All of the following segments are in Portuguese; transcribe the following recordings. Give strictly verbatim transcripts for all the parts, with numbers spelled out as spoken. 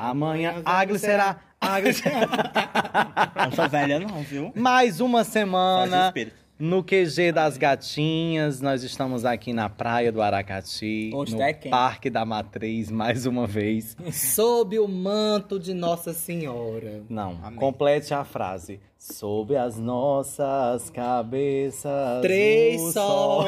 Amanhã agro será, agro será. Não sou velha não, viu? Mais uma Só de semana espírito. no Q G das Gatinhas. Nós estamos aqui na Praia do Aracati, Hoje no tá quente. Parque da Matriz, mais uma vez. Sob o manto de Nossa Senhora. Não, Amém. complete a frase. Sob as nossas cabeças. Três o sol.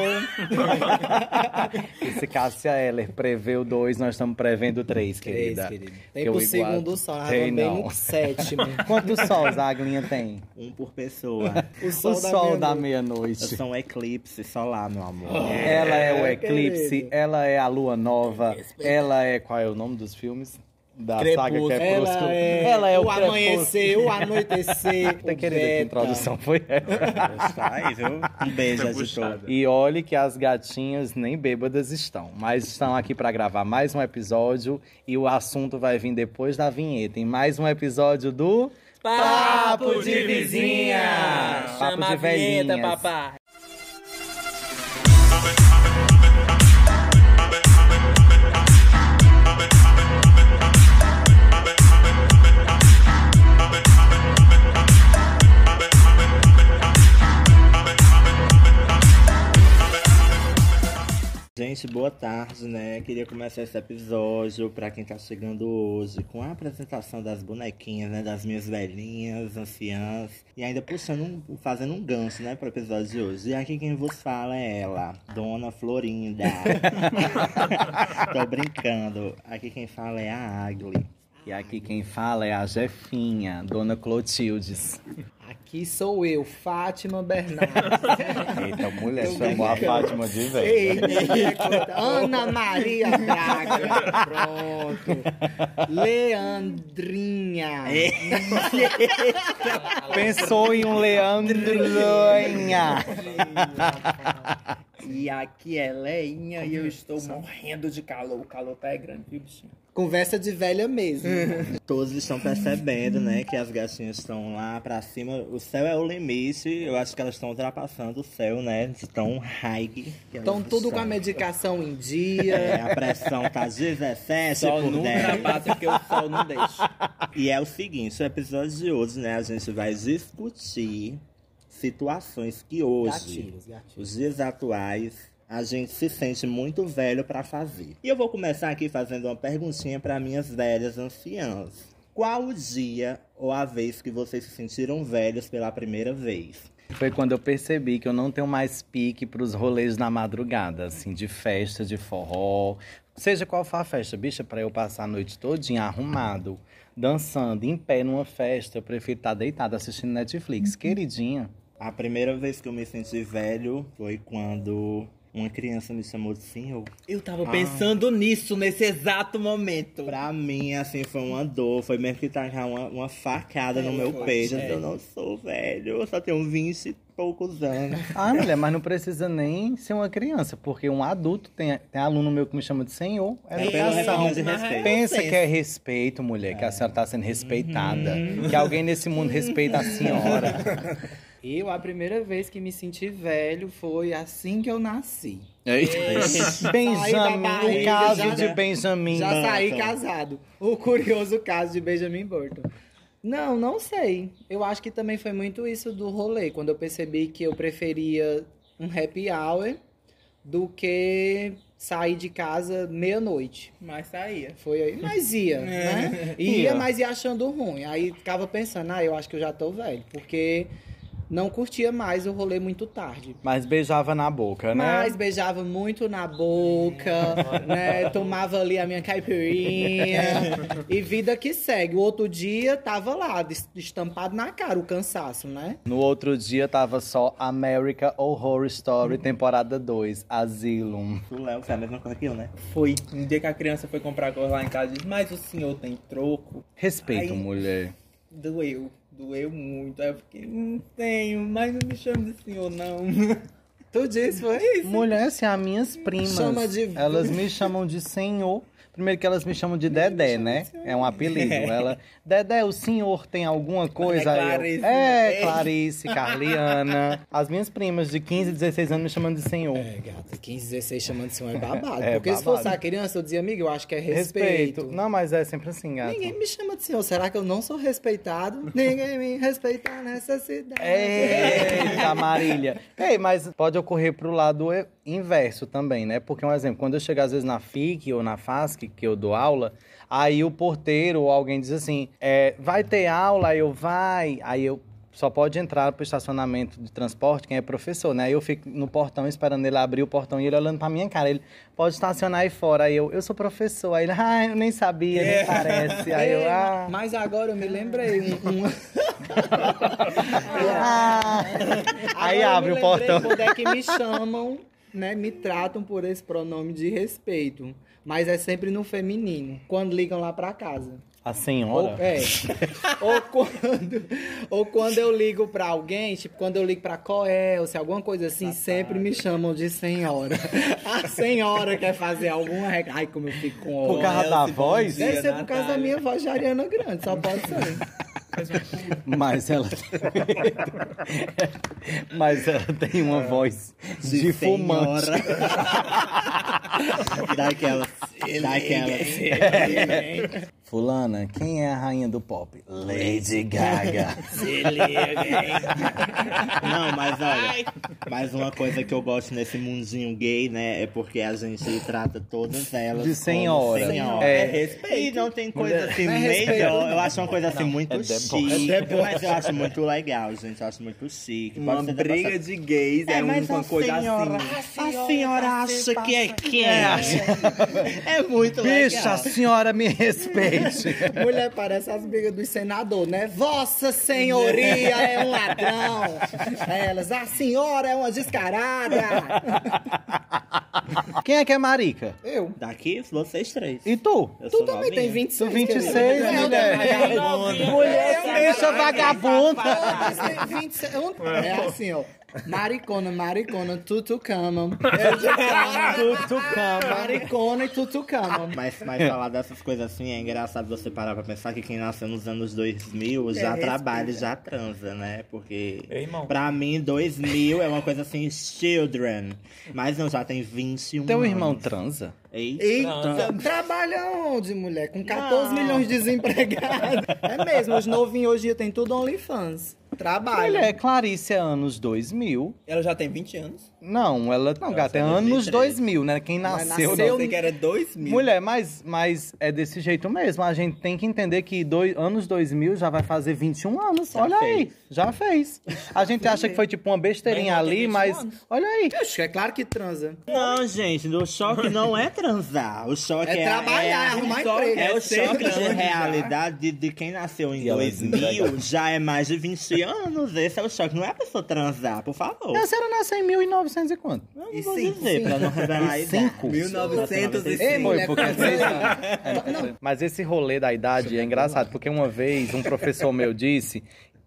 Esse Cássia Eller preveu dois, nós estamos prevendo três, Três, querida. querido. Que Tem eu pro igual- segundo sol, nós Tem, vamos bem não. no sétimo. Quantos sols a Aglinha tem? Um por pessoa. O O sol, sol da meia-noite. meia-noite. Eu sou um eclipse solar, meu amor. Ela é o É, eclipse, querido. ela é a lua nova, ela é... Qual é o nome dos filmes? Da saga Crepúsculo. Crepúsculo. Ela é, Ela é o, o Crepúsculo. amanhecer, o anoitecer. Tem o querida, que beta. introdução foi essa? Tá aí, viu? Um beijo, Foi editor. puxada. E olhe que as gatinhas nem bêbadas estão, mas estão aqui para gravar mais um episódio e o assunto vai vir depois da vinheta. Em mais um episódio do Papo de vizinha! Papo Chama de a vinheta, velhinhas. papai. Gente, boa tarde, né? Queria começar esse episódio, pra quem tá chegando hoje, com a apresentação das bonequinhas, né? Das minhas velhinhas, anciãs. E ainda puxando, um, fazendo um gancho, né? Pro episódio de hoje. E aqui quem vos fala é ela, Dona Florinda. Tô brincando. Aqui quem fala é a Agli. E aqui quem fala é a Jefinha, Dona Clotildes. Aqui sou eu, Fátima Bernardes. Eita, mulher, chamou a Fátima de velha. Ei, Ana Maria Braga. Pronto. Leandrinha. Pensou em um Leandrinha. E aqui é Leinha e eu estou morrendo de calor. O calor tá é grande, viu, bichinho? Conversa de velha mesmo. Todos estão percebendo, né, que as gatinhas estão lá pra cima. O céu é o limite. Eu acho que elas estão ultrapassando o céu, né? De tão high. que Estão elas tudo com a estão. medicação em dia. É, a pressão tá dezessete Sol por nunca dez. passa porque o sol não deixa. E é o seguinte, o episódio de hoje, né, a gente vai discutir situações que hoje, Gatilhos, gatilhos. os dias atuais, a gente se sente muito velho pra fazer. E eu vou começar aqui fazendo uma perguntinha para minhas velhas anciãs. Qual o dia ou a vez que vocês se sentiram velhos pela primeira vez? Foi quando eu percebi que eu não tenho mais pique pros rolês na madrugada, assim, de festa, de forró. Seja qual for a festa, bicha, pra eu passar a noite todinha arrumado, dançando, em pé numa festa, eu prefiro estar deitado assistindo Netflix. Queridinha. A primeira vez que eu me senti velho foi quando uma criança me chamou de senhor. Eu tava pensando nisso nesse exato momento. Pra mim, assim, foi uma dor. Foi mesmo que tacar uma, uma facada no meu foi, peito. é. Eu não sou velho, eu só tenho vinte e poucos anos. Ah, mulher, mas não precisa nem ser uma criança, porque um adulto, tem, tem aluno meu que me chama de senhor. É É pelo educação. retorno de respeito. Pensa que é respeito, mulher, que a senhora tá sendo respeitada. Que alguém nesse mundo respeita a senhora. Eu, a primeira vez que me senti velho foi assim que eu nasci. Benjamin, barriga, o caso já- de Benjamin. Já saí Button. casado. O curioso caso de Benjamin Burton. Não, não sei. Eu acho que também foi muito isso do rolê. Quando eu percebi que eu preferia um happy hour do que sair de casa meia-noite. Mas saía. Foi aí. Mas ia, né? Ia, Ia. mas ia achando ruim. Aí ficava pensando, ah, eu acho que eu já tô velho. Porque não curtia mais o rolê muito tarde. Mas beijava na boca, né? Mas beijava muito na boca, né? Tomava ali a minha caipirinha. E vida que segue. O outro dia tava lá, des- estampado na cara o cansaço, né? No outro dia tava só America Horror Story, temporada dois, Asylum. O Léo foi a mesma coisa que eu, né? Foi um dia que a criança foi comprar coisa lá em casa e disse, mas o senhor tem troco? Respeito, Aí- mulher. Doeu. Doeu muito. Aí eu fiquei, não tenho, mas não me chame de senhor, não. Tu disse, foi isso? Mulher, assim, as minhas primas, Chama de- elas me chamam de senhor. Primeiro que elas me chamam de Dedé, né? É um apelido. Ela, Dedé, o senhor tem alguma coisa? É Aí eu, Clarice, é, né? Clarice, Carliana. As minhas primas de quinze, dezesseis anos me chamando de senhor. É, gata, quinze, dezesseis chamando de senhor é babado. É Porque se babado. fosse a criança, eu dizia, amiga, eu acho que é respeito. Não, mas é sempre assim, gato. Ninguém me chama de senhor. Será que eu não sou respeitado? Ninguém me respeita nessa cidade. Eita, Marília. Ei, mas pode ocorrer pro lado e- inverso também, né? Porque, um exemplo, quando eu chego às vezes na F I C ou na F A S C, que eu dou aula, aí o porteiro ou alguém diz assim, é, vai ter aula? Aí eu, vai. Aí eu, só pode entrar pro estacionamento de transporte quem é professor, né? Aí eu fico no portão esperando ele abrir o portão e ele olhando pra minha cara. Ele, pode estacionar aí fora. Aí eu, eu sou professor. Aí ele, ah, eu nem sabia, É. nem parece. Aí eu, ah... Mas agora eu me lembrei. Um, um... ah. Aí Agora eu abre me o portão. lembrei quando é que me chamam, né? Me tratam por esse pronome de respeito. Mas é sempre no feminino, quando ligam lá pra casa. A Ou, senhora? é. ou, quando, ou quando eu ligo pra alguém, tipo, quando eu ligo pra Coel, se alguma coisa assim, sempre me chamam de senhora. A senhora quer fazer alguma regra. Ai, como eu fico com Por ódio. causa da Elsie, bom voz? dia. Deve ser por causa da Natália. minha voz de Ariana Grande, só pode ser. Mas ela Mas ela tem uma voz de, fumante. senhora. Daquelas. Daquelas. Fulana, quem é a rainha do pop? Lady Gaga. Se liga, hein? Não, mas olha, mais uma coisa que eu gosto nesse mundinho gay, né, é porque a gente trata todas elas De como senhora. senhora. É. É respeito. E não tem coisa assim Não é respeito, melhor. não. Eu acho uma coisa assim muito É deboche. chique. É Mas eu acho muito legal, gente. Eu acho muito chique. Uma Pode ser briga debochado. de gays é, mas uma a coisa senhora, assim. A senhora acha que é quem? É muito Bicha, a legal. senhora me respeite. Mulher parece as brigas dos senadores, né? Vossa senhoria é um ladrão. Elas, a senhora é uma descarada. Quem é que é marica? Eu. Daqui, vocês três. E tu? Eu Tu sou também novinha. tem vinte e seis. Tu vinte e seis, querido. mulher. Eu Mulher, bicha vagabunda. Todas têm vinte e seis. É assim, ó. Maricona, maricona, tutucama. Tutucama. Maricona e tutucama. Mas, mas falar dessas coisas assim é engraçado você parar pra pensar que quem nasceu nos anos dois mil já trabalha e já transa, né? Porque Ei, irmão. pra mim dois mil é uma coisa assim, children. Mas não, já tem vinte e um Teu anos. irmão transa? Eita. Eita, trabalha onde, mulher? Com quatorze Não. milhões de desempregados. É mesmo, os novinhos hoje em dia tem tudo OnlyFans. Trabalha. Mulher, Clarice é anos dois mil. Ela já tem vinte anos. Não, ela não, gata, é é dois mil e anos três. dois mil, né? Quem Mas nasceu... nasceu- Eu não- sei que era dois mil. Mulher, mas, mas é desse jeito mesmo. A gente tem que entender que dois, anos dois mil já vai fazer vinte e um anos. Já olha aí, fez. já fez. A gente acha que foi tipo uma besteirinha Meu irmão tem ali, vinte e um mas anos. olha aí. Acho que é claro que transa. Não, gente, o choque não é transar. O choque É é, trabalhar, é, arrumar só- emprego. é o É ser choque de grande já. realidade de, de quem nasceu em E ela dois mil já é mais de vinte anos. Esse é o choque. Não é a pessoa transar, por favor. A senhora nasceu em mil e novecentos e quanto? Eu não E vou cinco, dizer, pra não revelar a E idade. cinco? mil novecentos e Ei, cinco. mulher, porque quantos três anos? anos. Mas esse rolê da idade é engraçado, porque uma vez um professor meu disse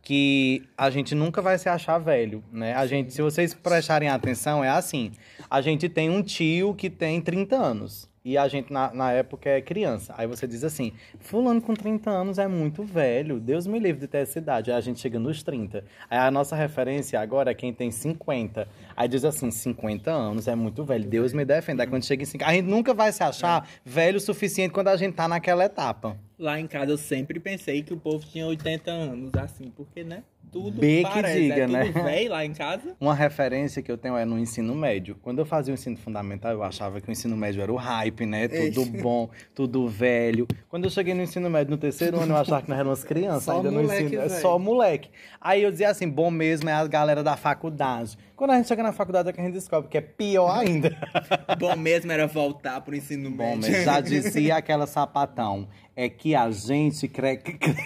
que a gente nunca vai se achar velho, né? A gente, se vocês prestarem atenção, é assim. A gente tem um tio que tem trinta anos. E a gente, na, na época, é criança. Aí você diz assim, fulano com trinta anos é muito velho. Deus me livre de ter essa idade. Aí a gente chega nos trinta. Aí a nossa referência agora é quem tem cinquenta. Aí diz assim, cinquenta anos é muito velho. Deus me defenda. Aí quando chega em cinquenta... A gente nunca vai se achar velho o suficiente quando a gente tá naquela etapa. Lá em casa eu sempre pensei que o povo tinha oitenta anos, assim, porque, né? Tudo Bem que parece, diga, é tudo né? velho lá em casa. Uma referência que eu tenho é no ensino médio. Quando eu fazia o ensino fundamental, eu achava que o ensino médio era o hype, né? Tudo bom, tudo velho. Quando eu cheguei no ensino médio, no terceiro ano, eu achava que nós éramos crianças. Só ainda no moleque, ensino, é velho. só moleque. Aí eu dizia assim, bom mesmo é a galera da faculdade. Quando a gente chega na faculdade é que a gente descobre que é pior ainda. Bom mesmo era voltar pro ensino Bom, médio. mas já dizia aquela sapatão. É que a gente cre...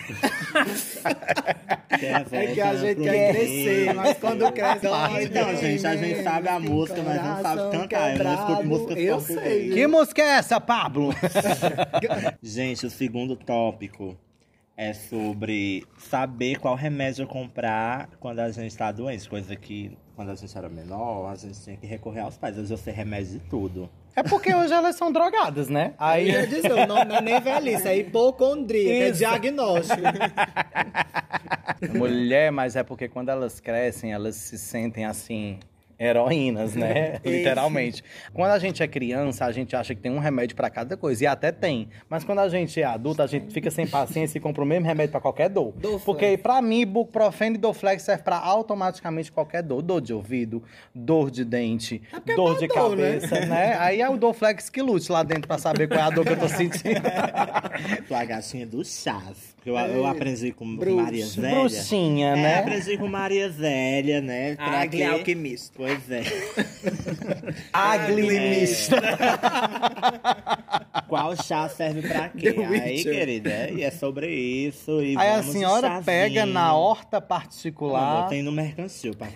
É que a gente quer crescer, mas quando cresce... Então, então, gente, a gente sabe a música, mas não sabe cantar. Eu não escuto música Eu português. sei. Que música é essa, Pablo? Gente, o segundo tópico é sobre saber qual remédio comprar quando a gente tá doente. Coisa que, quando a gente era menor, a gente tinha que recorrer aos pais. Hoje eu sei remédio de tudo. É porque hoje elas são drogadas, né? Aí... Eu ia dizer, o nome não é nem velhice, é hipocondria, é diagnóstico. Mulher, mas é porque quando elas crescem, elas se sentem assim... heroínas, né? Literalmente. Quando a gente é criança, a gente acha que tem um remédio pra cada coisa. E até tem. Mas quando a gente é adulto, a gente fica sem paciência e compra o mesmo remédio pra qualquer dor. Dorflex. Porque pra mim, ibuprofeno e Dorflex serve pra automaticamente qualquer dor. Dor de ouvido, dor de dente, é dor pra de dor, né? cabeça, né? Aí é o Dorflex que lute lá dentro pra saber qual é a dor que eu tô sentindo. Tu a gatinha do chás. Eu, eu aprendi com Bruxa. Maria Zélia. Bruxinha, É, né? aprendi com Maria Zélia, né? A Pra que- alquimista. Pois é. Aglimista. Qual chá serve pra quê? The Aí, Witcher. querida, e é sobre isso. E Aí a vamos de senhora chazinho. pega na horta Não, particular tem no mercantil. Pra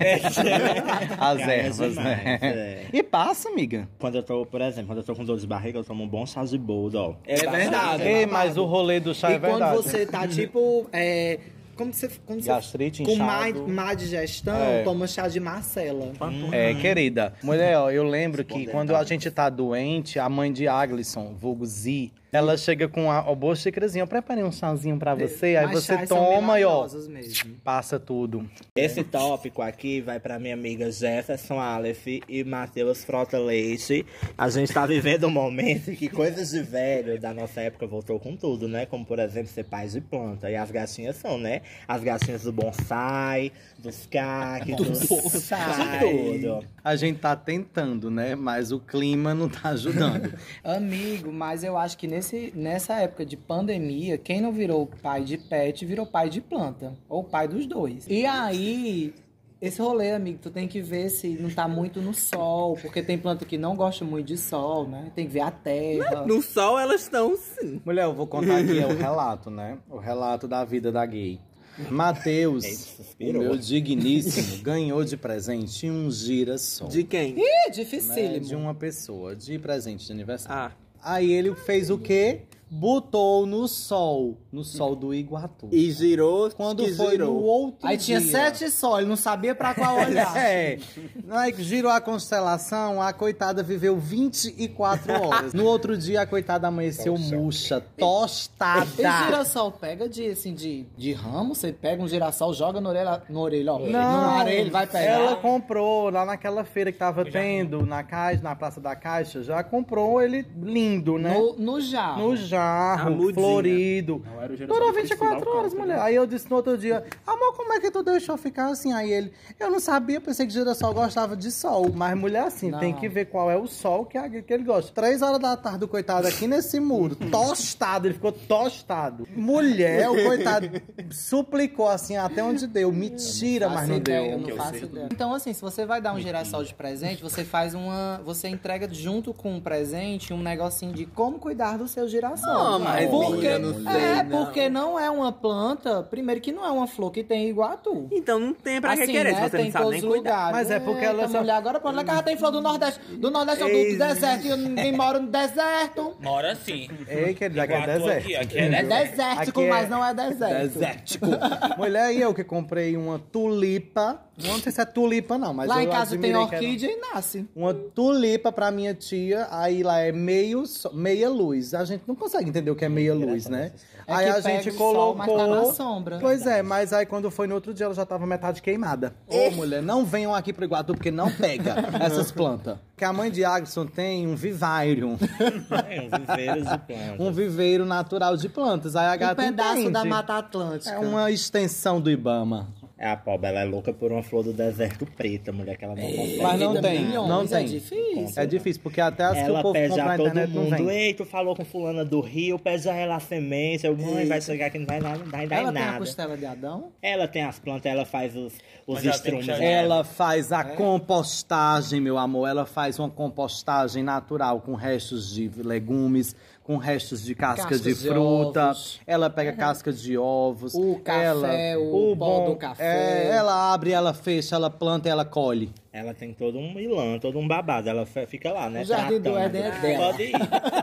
as Ganha ervas, demais, né? é. E passa, amiga. Quando eu tô, por exemplo, quando eu tô com dor de barriga, eu tomo um bom chá de boldo, ó. É verdade. Ei, mas o rolê do chá E é quando verdade. você tá, tipo, é, como você, quando você Gastrite, com má, inchado. má digestão, É. toma chá de Marcela. É, querida. Mulher, ó, eu lembro que Respondendo. quando a gente tá doente, a mãe de Aglisson, vulgo Z, ela chega com a, a boa xícarazinha. Eu preparei um chazinho pra você, aí Mas você chás são toma e ó, milagrosos mesmo. passa tudo. Esse tópico aqui vai pra minha amiga Jefferson Aleph e Matheus Frota Leite. A gente tá vivendo um momento em que coisas de velho da nossa época voltou com tudo, né? Como, por exemplo, ser pais de planta. E as gatinhas são, né? As gatinhas do bonsai, dos cactos, bonsai. de tudo. A gente tá tentando, né? Mas o clima não tá ajudando. Amigo, mas eu acho que nesse, nessa época de pandemia, quem não virou pai de pet, virou pai de planta. Ou pai dos dois. E aí, esse rolê, amigo, tu tem que ver se não tá muito no sol, porque tem planta que não gosta muito de sol, né? Tem que ver a terra. No sol elas estão sim. Mulher, eu vou contar aqui é o relato, né? O relato da vida da gay. Matheus, Ele o suspirou. meu digníssimo, ganhou de presente um girassol. De quem? Ih, né, dificílimo. de uma pessoa, de presente de aniversário. Ah. Aí ele fez o quê? Botou no sol, no sol do Iguatu. E girou. Quando que foi girou. no outro Aí dia... tinha sete sol, ele não sabia pra qual olhar. É, aí girou a constelação, a coitada viveu vinte e quatro horas. No outro dia, a coitada amanheceu murcha, tostada. E girassol pega de, assim, de, de ramo, você pega um girassol, joga na orelha, na orelha ó. Na orelha, ele vai pegar. Ela comprou lá naquela feira que tava tendo, na caixa, na Praça da Caixa, já comprou ele lindo, né? No, no jarro. No A jarro, mudinha. florido. Não, era o girassol Durou do vinte e quatro Festival horas, Country, mulher. né? Aí eu disse no outro dia, amor, como é que tu deixou ficar assim? Aí ele, eu não sabia, pensei que girassol gostava de sol. Mas mulher assim, Não. tem que ver qual é o sol que, a- que ele gosta. Três horas da tarde, o coitado aqui nesse muro, tostado, ele ficou tostado. Mulher, o coitado suplicou assim até onde deu. Me tira, mas Faço não ideia, deu. eu não eu faço sei. ideia. Então, assim, se você vai dar um girassol de presente, você faz uma. Você entrega junto com o presente um negocinho de como cuidar do seu girassol. Não, mas porque, amiga, não sei, É, não. porque não é uma planta. Primeiro que não é uma flor que tem Iguatu. Então não tem pra que Assim, querer, né? se você Tem não sabe todos nem os cuidar. lugares. Mas é porque ela Eita, só- mulher, agora pode lá que ela tem flor do Nordeste. Do Nordeste ou do, do Ex- deserto. E ninguém mora no deserto. Mora sim. Ei, que ele aqui é Iguatu deserto. aqui, aqui é É deserto. desértico, Aqui é- mas não é deserto. Desértico. Mulher, e eu que comprei uma tulipa. Não sei se é tulipa, não, mas Lá eu em casa tem admirei que era orquídea e nasce. uma tulipa pra minha tia, aí lá é meio, so- meia luz. A gente não consegue entender o que é meia luz, né? É aí que a pega gente o sol, colocou. mas tá na sombra. Pois é, mas aí quando foi no outro dia ela já tava metade queimada. Ô, mulher, não venham aqui pro Iguatu porque não pega essas plantas. Que a mãe de Agson tem um vivário, É, um viveiro de planta. um viveiro natural de plantas. Aí a Um gata pedaço entende. da Mata Atlântica. É uma extensão do Ibama. É, a pobre, ela é louca por uma flor do deserto preta, mulher, que ela não consegue. Mas não Vida tem, milhões, não é tem. difícil. É difícil, porque até as que o Ela povo pede compra na a todo internet não mundo, vem. ei, tu falou com fulana do Rio, pede a ela a semente, eu, mãe, vai chegar aqui, não vai nada, não vai dar Ela tem a nada. costela de Adão? Ela tem as plantas, ela faz os, os Mas ela tem que estrumes. chegar- Ela faz É? a compostagem, meu amor. Ela faz uma compostagem natural com restos de legumes, com restos de casca Cascas de de fruta. ovos. Ela pega casca de ovos. O café, ela, o pó do café. É, ela abre, ela fecha, ela planta, ela colhe. Ela tem todo um milã, todo um babado, ela fe- fica lá, né? O Jardim do tratando. Éden é dela. Pode ir.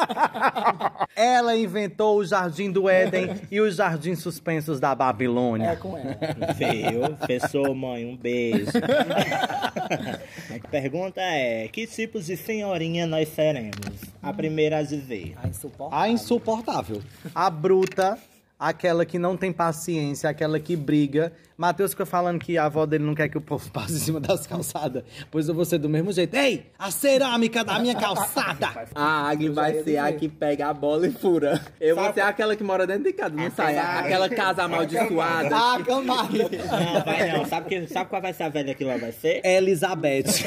Ela inventou o Jardim do Éden e os Jardins Suspensos da Babilônia. É com ela. Viu? Fechou, mãe. Um beijo. A pergunta é: que tipos de senhorinha nós seremos? A primeira a dizer. A insuportável. A insuportável. A bruta, aquela que não tem paciência, aquela que briga. Matheus fica falando que a avó dele não quer que o povo passe em cima das calçadas. Pois eu vou ser do mesmo jeito. Ei, a cerâmica da minha calçada! A Agli vai ser a que pega a bola e fura. Eu vou ser aquela que mora dentro de casa, não sai. Aquela casa amaldiçoada. Ah, camada. Não, vai não. Sabe, que, sabe qual vai ser a velha que ela vai ser? Elizabeth.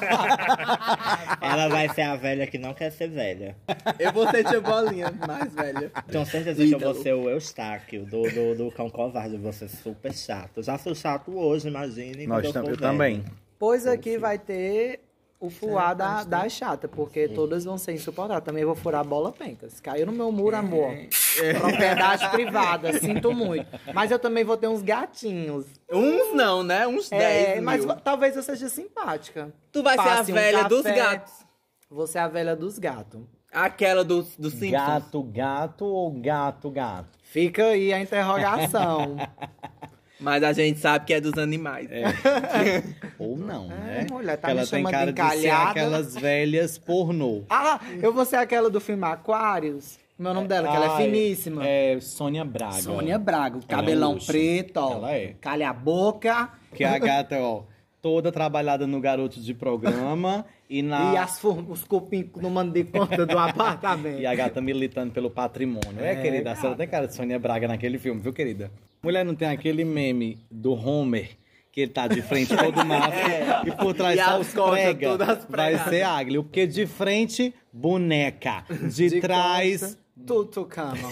Ela vai ser a velha que não quer ser velha. Eu vou ser tia Bolinha, mais velha. Tenho certeza que eu vou ser o Eustáquio, do, do, do Cão Covarde. Eu vou ser super chato. Eu já sou chato hoje, imagine. Nós quando eu tam- for eu velho. também. Pois aqui vai ter o fuar da, da chata, porque todas vão ser insuportáveis. Também vou furar a bola pencas. Caiu no meu muro, amor. Propriedade privada, sinto muito. Mas eu também vou ter uns gatinhos. Uns não, né? Uns É, dez mas mil. talvez eu seja simpática. Tu vai ser a Passe um velha dos café. gatos. Vou ser a velha dos gatos. Aquela do, do Simpsons. Gato, gato ou gato, gato? Fica aí a interrogação. Mas a gente sabe que é dos animais. Ou não, né? mulher, tá Ela me tem chamando cara de de ser encalhada. aquelas velhas pornô. Ah, eu vou ser aquela do filme Aquários. Meu nome dela, que ela é Ai, finíssima. É Sônia Braga. Sônia Braga, o Ela é cabelão luxo. preto, ó. Ela é. Calha a boca. Que a gata, ó, toda trabalhada no Garoto de Programa e na... E as for- os cupim não mandei conta do apartamento. E a gata militando pelo patrimônio. É, É, querida, a senhora tem cara de Sônia Braga naquele filme, viu, querida? Mulher, não tem aquele meme do Homer, que ele tá de frente todo massa e por trás E só as os costas prega. todas Vai pregadas. ser Agli, porque de frente, boneca. De, De trás... costa, tutucano.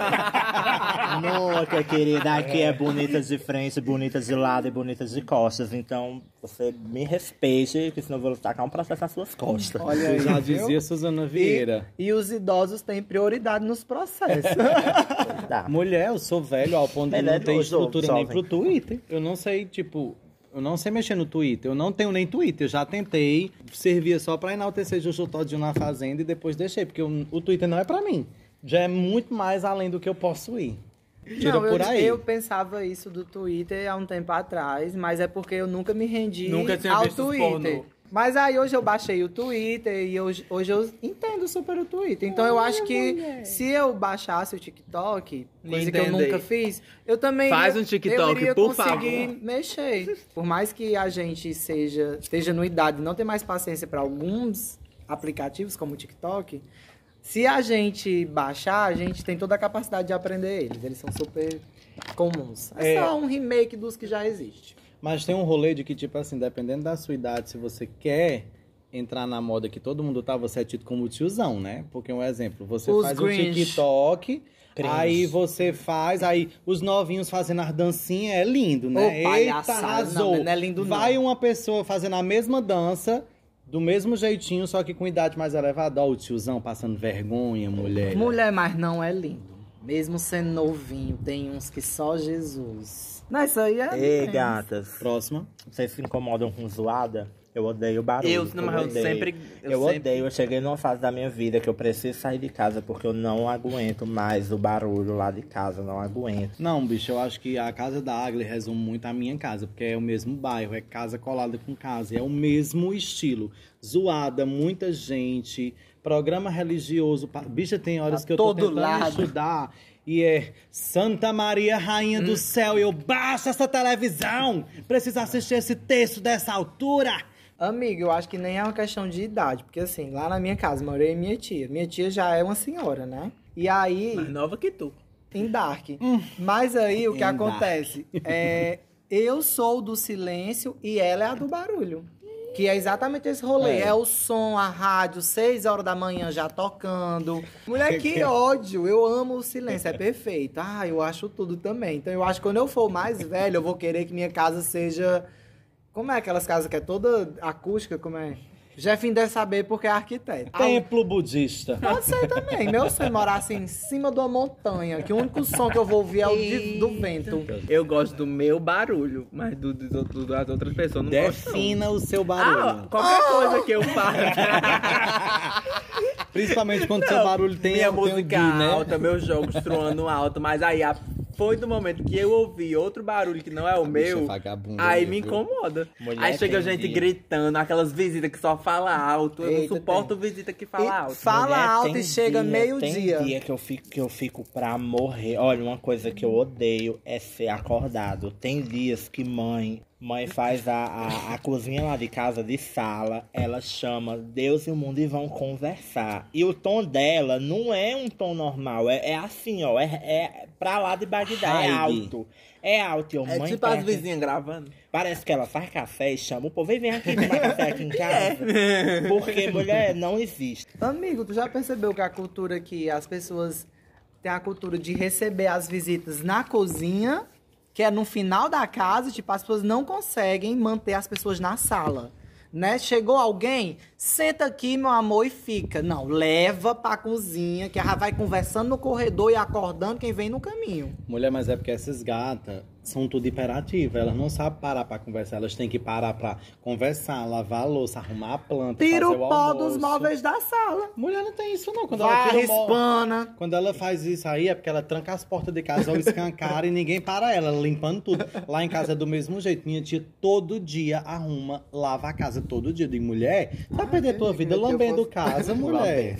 Nossa, querida, aqui é bonita de frente, bonita de lado e bonita de costas. Então, você me respeite, que senão eu vou tacar um processo nas suas costas. Olha aí, Já viu? dizia Suzana Vieira. E, e os idosos têm prioridade nos processos. Tá. Mulher, eu sou velho ao ponto de Ele não é ter novo, estrutura nem jovem. pro Twitter. Eu não sei, tipo... Eu não sei mexer no Twitter. Eu não tenho nem Twitter. Eu já tentei. Servia só pra enaltecer Juju Todinho na Fazenda e depois deixei. Porque o, o Twitter não é pra mim. Já é muito mais além do que eu posso ir. Tira Não, por eu, aí. eu pensava isso do Twitter há um tempo atrás, mas é porque eu nunca me rendi Nunca tinha ao visto os Twitter. pornô. Mas aí hoje eu baixei o Twitter e hoje, hoje eu entendo super o Twitter. Então eu acho que se eu baixasse o TikTok, coisa que eu Entender. nunca fiz, eu também Faz ia- um TikTok, eu iria por conseguir favor. mexer. Por mais que a gente seja esteja no idade e não tenha mais paciência para alguns aplicativos como o TikTok, se a gente baixar, a gente tem toda a capacidade de aprender eles. Eles são super comuns. É, É. só um remake dos que já existem. Mas tem um rolê de que, tipo assim, dependendo da sua idade, se você quer entrar na moda que todo mundo tá, você é tido como tiozão, né? Porque um exemplo, você Os faz cringe. um TikTok, Cringe. aí você faz, aí os novinhos fazendo as dancinhas, é lindo, né? Ô, Eita, palhaçada. arrasou. Não, não é lindo, não. Vai uma pessoa fazendo a mesma dança, do mesmo jeitinho, só que com idade mais elevada. Ó, o tiozão passando vergonha, mulher. Mulher, mas não é lindo. Mesmo sendo novinho, tem uns que só Jesus. Não, isso aí é... Ei, é- gatas. Próxima. Vocês se incomodam com zoada? Eu odeio barulho. Eu, não, mas eu odeio. sempre- Eu, eu sempre- odeio. Eu cheguei numa fase da minha vida que eu preciso sair de casa porque eu não aguento mais o barulho lá de casa. Não aguento. Não, bicho, eu acho que a casa da Agli resume muito a minha casa, porque é o mesmo bairro, é casa colada com casa, é o mesmo estilo. Zoada, muita gente, programa religioso. pa- Bicha, tem horas A que eu tô todo tentando lado. estudar e é Santa Maria, Rainha do Céu, e eu baixo essa televisão, preciso assistir esse texto dessa altura. Amigo, eu acho que nem é uma questão de idade. Porque assim, lá na minha casa, morei minha tia. Minha tia já é uma senhora, né? E aí... Mais nova que tu. Em Dark. Mas aí o que Em acontece é eu sou do silêncio e ela é a do barulho. Que é exatamente esse rolê. É, É. o som, a rádio, seis horas da manhã já tocando. Mulher, que ódio. Eu amo o silêncio, é perfeito. Ah, eu acho tudo também. Então eu acho que quando eu for mais velho, eu vou querer que minha casa seja... Como é aquelas casas que é toda acústica, como é? Jefim deve saber porque é arquiteto. Templo budista. Pode ser também. Meu sonho é morar assim, em cima de uma montanha, que o único som que eu vou ouvir é o de- do vento. Eu gosto do meu barulho, mas do, dos outros- das outras pessoas não gosto. não. Defina o seu Ah, barulho. qualquer coisa que eu faça. Principalmente quando seu barulho tem Minha tem o música gui, né? alta, meus jogos troando alto, mas aí a- foi do momento que eu ouvi outro barulho que não é o bicha é meu, vagabunda aí mesmo, me viu? incomoda. Mulher aí chega tem gente dia. gritando, aquelas visitas que só fala alto. Eu Eita, não suporto visita que E fala alto. fala Mulher, alto tem e chega dia- meio-dia. Tem dia que eu, fico, que eu fico pra morrer. Olha, uma coisa que eu odeio é ser acordado. Tem dias que mãe... Mãe faz a, a, a cozinha lá de casa de sala, ela chama Deus e o mundo e vão conversar. E o tom dela não é um tom normal, é, é assim, ó, é, é pra lá de Bagdá, é High. alto. É alto, e eu, É mãe, tipo as parece, vizinhas gravando. parece que ela faz café e chama o povo, vem, vem aqui tomar café aqui em casa. Porque, mulher, não existe. Amigo, tu já percebeu que a cultura que as pessoas têm a cultura de receber as visitas na cozinha, que é no final da casa, tipo, as pessoas não conseguem manter as pessoas na sala, né? Chegou alguém, senta aqui, meu amor, e fica. Não, leva pra cozinha, que ela vai conversando no corredor e acordando quem vem no caminho. Mulher, mas é porque essas gatas são tudo hiperativas. Elas não sabem parar pra conversar. Elas têm que parar pra conversar, lavar a louça, arrumar a planta, Tira fazer o o pó almoço. dos móveis da sala. Mulher não tem isso, não. Quando ela Varre, tira o mó- espana. Quando ela faz isso aí, é porque ela tranca as portas de casa ou escancara e ninguém para ela, ela limpando tudo. Lá em casa é do mesmo jeito. Minha tia todo dia arruma, lava a casa todo dia. De mulher, você vai perder tua vida meu Deus, lambendo fosse- casa, mulher.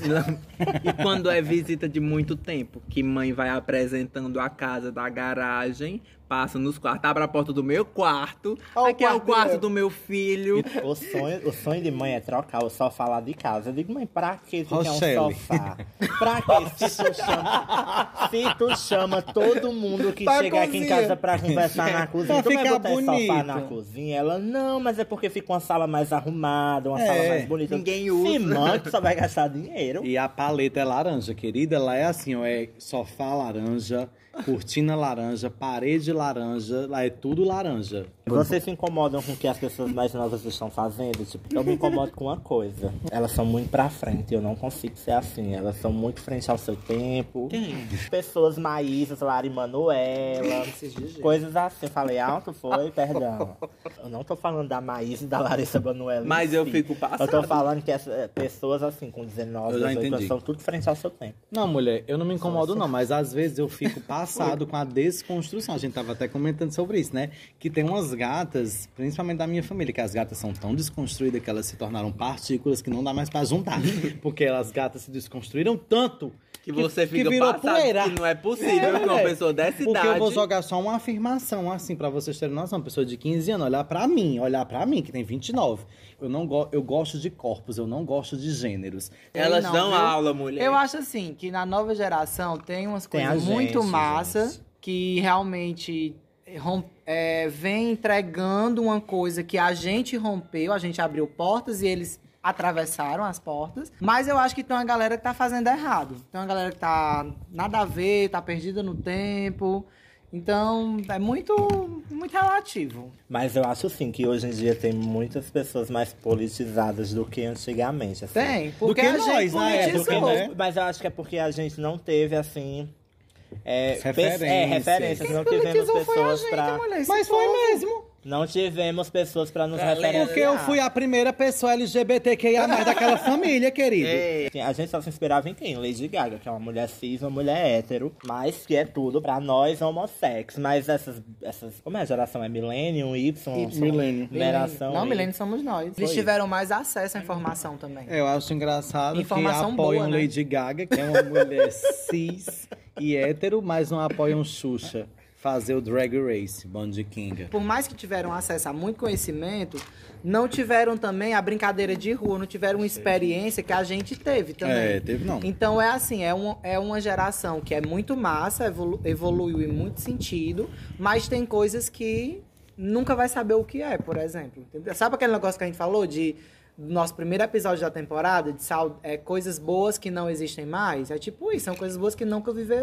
E quando é visita de muito tempo, que mãe vai apresentando a casa da garagem, passa nos quartos, abre a porta do meu quarto, Ó, o aqui é o quarto quarto dela. do meu filho. O sonho, o sonho de mãe é trocar o sofá lá de casa. Eu digo, mãe, pra que tu quer um Rochelle. sofá? Pra que se tu chama, se tu chama todo mundo que Pra chega aqui em cozinha. casa pra conversar na cozinha, Pra tu vai ficar botar esse sofá bonito. na cozinha? Ela, não, mas é porque fica uma sala mais arrumada, uma É, sala mais bonita. ninguém usa. Se mãe, tu só vai gastar dinheiro. E a paleta é laranja, querida. Ela é assim, ó, é sofá laranja, cortina laranja, parede laranja, lá é tudo laranja. Vocês se incomodam com o que as pessoas mais novas estão fazendo? Tipo, eu me incomodo com uma coisa. Elas são muito pra frente, eu não consigo ser assim. Elas são muito frente ao seu tempo. Pessoas Maísas, Lara Manuela, coisas assim. Eu falei alto, foi? Perdão. Eu não tô falando da Maísa e da Larissa Manoela. em Mas eu si. fico passado. Eu tô falando que essa, pessoas assim, com dezenove, Eu já dezoito anos, entendi. são tudo frente ao seu tempo. Não, mulher, eu não me incomodo não, mas às vezes eu fico passado com a desconstrução. A gente tava até comentando sobre isso, né? Que tem umas gatas, principalmente da minha família, que as gatas são tão desconstruídas que elas se tornaram partículas que não dá mais pra juntar. Porque as gatas se desconstruíram tanto Que você fica virou passado poeira. que não é possível que uma mulher. pessoa dessa Porque idade... eu vou jogar só uma afirmação, assim, pra vocês terem noção. Uma pessoa de quinze anos, olhar pra mim, olhar pra mim, que tem vinte e nove. Eu, não go eu gosto de corpos, eu não gosto de gêneros. Elas Não, dão viu? aula, mulher. Eu acho assim, que na nova geração tem umas Tem coisas a muito gente, massa gente. que realmente rom- é, vem entregando uma coisa que a gente rompeu, a gente abriu portas e eles atravessaram as portas. Mas eu acho que tem uma galera que tá fazendo errado. Tem uma galera que tá nada a ver, tá perdida no tempo. Então, é muito, muito relativo. Mas eu acho sim que hoje em dia tem muitas pessoas mais politizadas do que antigamente. Assim. Tem, porque que a nós, gente né? É, politizou. porque, né? Mas eu acho que é porque a gente não teve, assim... É, As pe- referências. é, referências. Quem não tivemos politizou foi a pessoas gente, pra... mulher, esse Mas foi povo. mesmo. Não tivemos pessoas pra nos Galera. referenciar. Porque eu fui a primeira pessoa L G B T Q I A mais daquela família, querido. Ei, A gente só se inspirava em quem? Lady Gaga, que é uma mulher cis, uma mulher hétero, mas que é tudo pra nós homossexos. Mas essas, essas... Como é a geração? É Millennium, Y? Millennium. Geração Não, Y. milênio somos nós. Eles Foi tiveram mais acesso à informação também. É, eu acho engraçado Informação que apoiam boa, né? Lady Gaga, que é uma mulher cis e hétero, mas não apoiam Xuxa fazer o Drag Race, Bond Kinga. Por mais que tiveram acesso a muito conhecimento, não tiveram também a brincadeira de rua, não tiveram uma experiência que a gente teve também. É, teve não. Então é assim, é, um, é uma geração que é muito massa, evolu evoluiu em muito sentido, mas tem coisas que nunca vai saber o que é, por exemplo. Entendeu? Sabe aquele negócio que a gente falou de do nosso primeiro episódio da temporada, de sal, é, coisas boas que não existem mais? É tipo isso, são coisas boas que nunca viverão.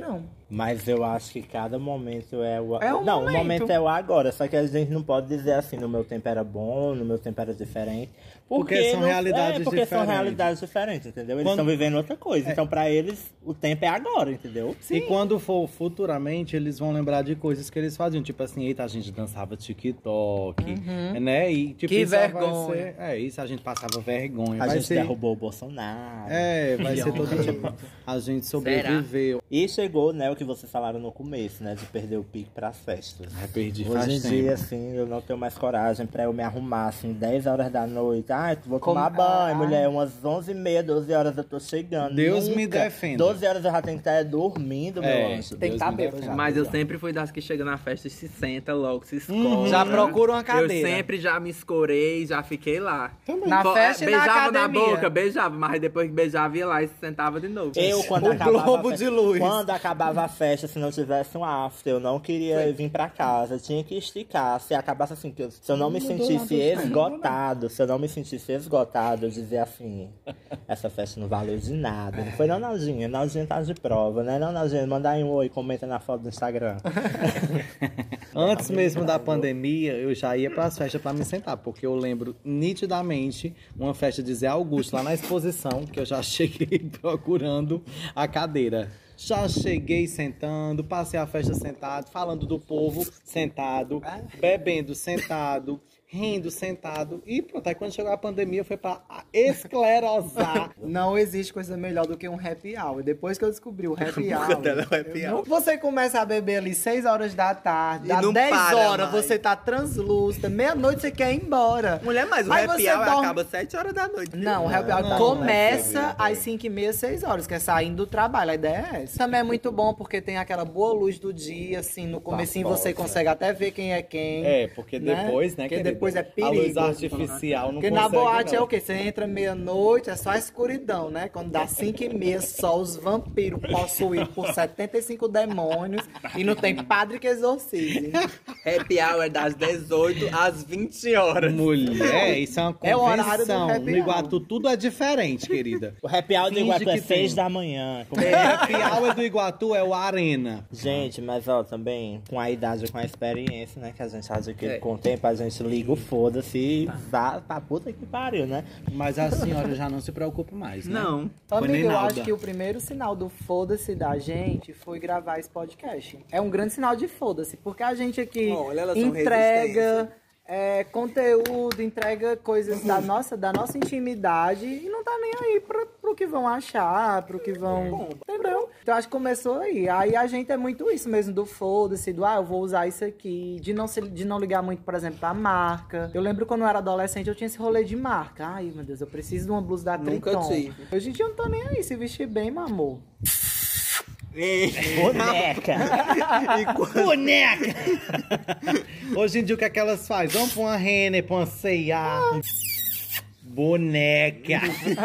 Mas eu acho que cada momento é o... É um não, momento. o momento é o agora. Só que a gente não pode dizer assim, no meu tempo era bom, no meu tempo era diferente. Porque são não- realidades é, porque são diferentes. realidades diferentes, entendeu? Eles Quando- estão vivendo outra coisa. Então, pra eles, o tempo é agora, entendeu? E quando for futuramente, eles vão lembrar de coisas que eles faziam. Tipo assim, eita, a gente dançava TikTok, né? E, tipo, Que isso vai vergonha. ser- é, isso a gente passava vergonha. A vai gente ser, derrubou o Bolsonaro. É, vai ser todo tipo. A gente sobreviveu. E chegou, né, o que vocês falaram no começo, né? De perder o pique pras festas. Eu perdi Hoje faz em tempo. dia, assim, eu não tenho mais coragem pra eu me arrumar, assim, dez horas da noite. Ai, vou Como- tomar banho, Ai. mulher. Umas onze e meia, doze horas eu tô chegando. Deus me Nunca. defenda. doze horas eu já tenho que estar dormindo, meu É, anjo. Tem que Deus tá me bêbado defenda. já. Mas eu sempre fui das que chega na festa e se senta logo, se esconde. Já procura uma cadeira. Eu sempre já me escorei, já fiquei lá. Na Fo- festa e na beijava na academia. boca, beijava, mas depois que beijava ia lá e se sentava de novo. Eu, quando O acabava globo a fe- de luz. Quando acabava a festa, se não tivesse um after, eu não queria vir pra casa. Eu tinha que esticar. Se acabasse assim, que eu- se eu não me sentisse esgotado, se eu não me sentisse esgotado, eu dizia assim, essa festa não valeu de nada. Não foi não, Naldinha. Naldinha tá de prova, né? Não, Naldinha, manda aí um oi, comenta na foto do Instagram. Antes mesmo da pandemia, eu já ia pras festas pra me sentar, porque eu lembro nitidamente uma festa de Zé Augusto lá na exposição, que eu já cheguei procurando a cadeira. Já cheguei sentando, passei a festa sentado, falando do povo sentado, bebendo sentado, rindo sentado. E pronto, aí quando chegou a pandemia foi pra esclerosar. Não existe coisa melhor do que um happy hour. Depois que eu descobri o happy hour, dela é o happy eu não- você começa a beber ali seis horas da tarde, E dá não dez para horas mais. você tá translúcida, meia-noite você quer ir embora. Mulher, mas o Aí happy você hour dorme- acaba sete horas da noite. Não, o happy hour não, começa não é às cinco e meia, seis horas, que é saindo do trabalho. A ideia é essa. Também é muito bom porque tem aquela boa luz do dia, assim, no comecinho você consegue até ver quem é quem. É, porque né? depois, né, Porque querida? depois é A perigo. luz artificial não Porque na consegue, boate não. é o quê? Você entra meia-noite, é só a escuridão, né? Quando dá cinco e meia, só os vampiros possuídos por setenta e cinco demônios e não tem padre que exorcize. Happy hour é das dezoito às vinte horas. Mulher, isso é uma É o horário do convenção. happy No Iguatu hour. tudo é diferente, querida. O happy hour do Finge Iguatu é que seis tem. da manhã. É, happy hour do Iguatu é o Arena. Gente, mas ó, também, com a idade, com a experiência, né, que a gente adquire É. com o tempo, a gente liga o foda-se e vá pra puta que pariu, né? Mas a senhora já não se preocupa mais, né? Não. Foi Amigo, nem eu nada. acho que o primeiro sinal do foda-se da gente foi gravar esse podcast. É um grande sinal de foda-se, porque a gente aqui Olha, elas são entrega é, conteúdo, entrega coisas da nossa, da nossa intimidade e não tá nem aí pra, pro que vão achar, pro que vão... Entendeu? Então acho que começou aí. Aí a gente é muito isso mesmo, do foda-se, do ah, eu vou usar isso aqui, de não, se, de não ligar muito, por exemplo, pra marca. Eu lembro quando eu era adolescente, eu tinha esse rolê de marca. Ai, meu Deus, eu preciso de uma blusa da Nunca Triton. tive. Hoje em dia eu não tô nem aí, se vestir bem, meu amor. Boneca! Boneca! Hoje em dia o que é que elas fazem? Vamos pra uma Renner, pra uma C e A. Boneca!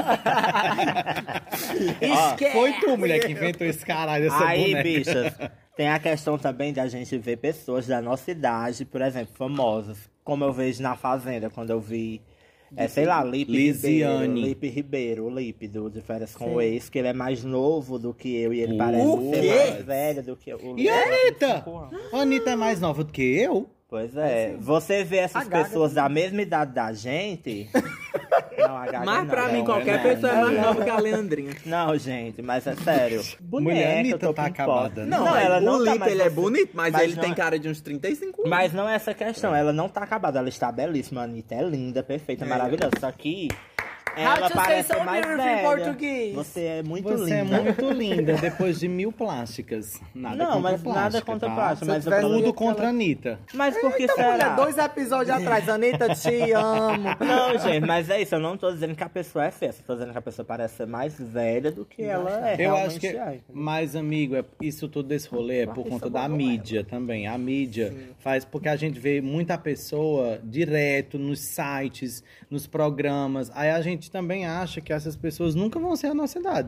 Esquece! Foi tu, mulher, que inventou esse caralho, essa Aí, boneca. bichas, tem a questão também da gente ver pessoas da nossa idade, por exemplo, famosas, como eu vejo na Fazenda, quando eu vi, é, sei lá, Lipe Lisiane. Ribeiro, Lipe Ribeiro, o Lipe do De Férias com o Ex, que ele é mais novo do que eu e ele O parece ser quê? mais velho do que eu. E a Anitta? A Anitta é mais nova do que eu? Pois é, você vê essas A Gaga pessoas da mesma idade da gente... Não, a Gaga Mas pra não. mim, não, qualquer não, pessoa é não, mais não. nova que a Leandrinha. Não, gente, mas é sério. Boneca, Mulher, a eu Anitta tô tá com acabada, foto. né? Não, Não, ela não o tá Lipe, mais ele é você- bonito, mas, mas ele não tem é- cara de uns trinta e cinco anos. Mas não é essa questão, ela não tá acabada, ela está belíssima, a Anitta é linda, perfeita, maravilhosa. Só que ela to say parece so mais beautiful in velha. português? Você é muito Você linda. é muito linda, depois de mil plásticas. Nada Não, contra mas plástica, nada contra tá? plástica, mas tivesse Tudo aquela- contra a Anitta. Mas por que Então, será? mulher, dois episódios atrás, Anitta, te amo. Não, gente, mas é isso, eu não tô dizendo que a pessoa é feia, eu tô dizendo que a pessoa parece ser mais velha do que ela é. Eu realmente acho que, é, entendeu? mas amigo, é, isso tudo desse rolê é por conta da mídia também. A mídia faz porque a gente vê muita pessoa direto nos sites, nos programas. Aí a gente também acha que essas pessoas nunca vão ser a nossa idade.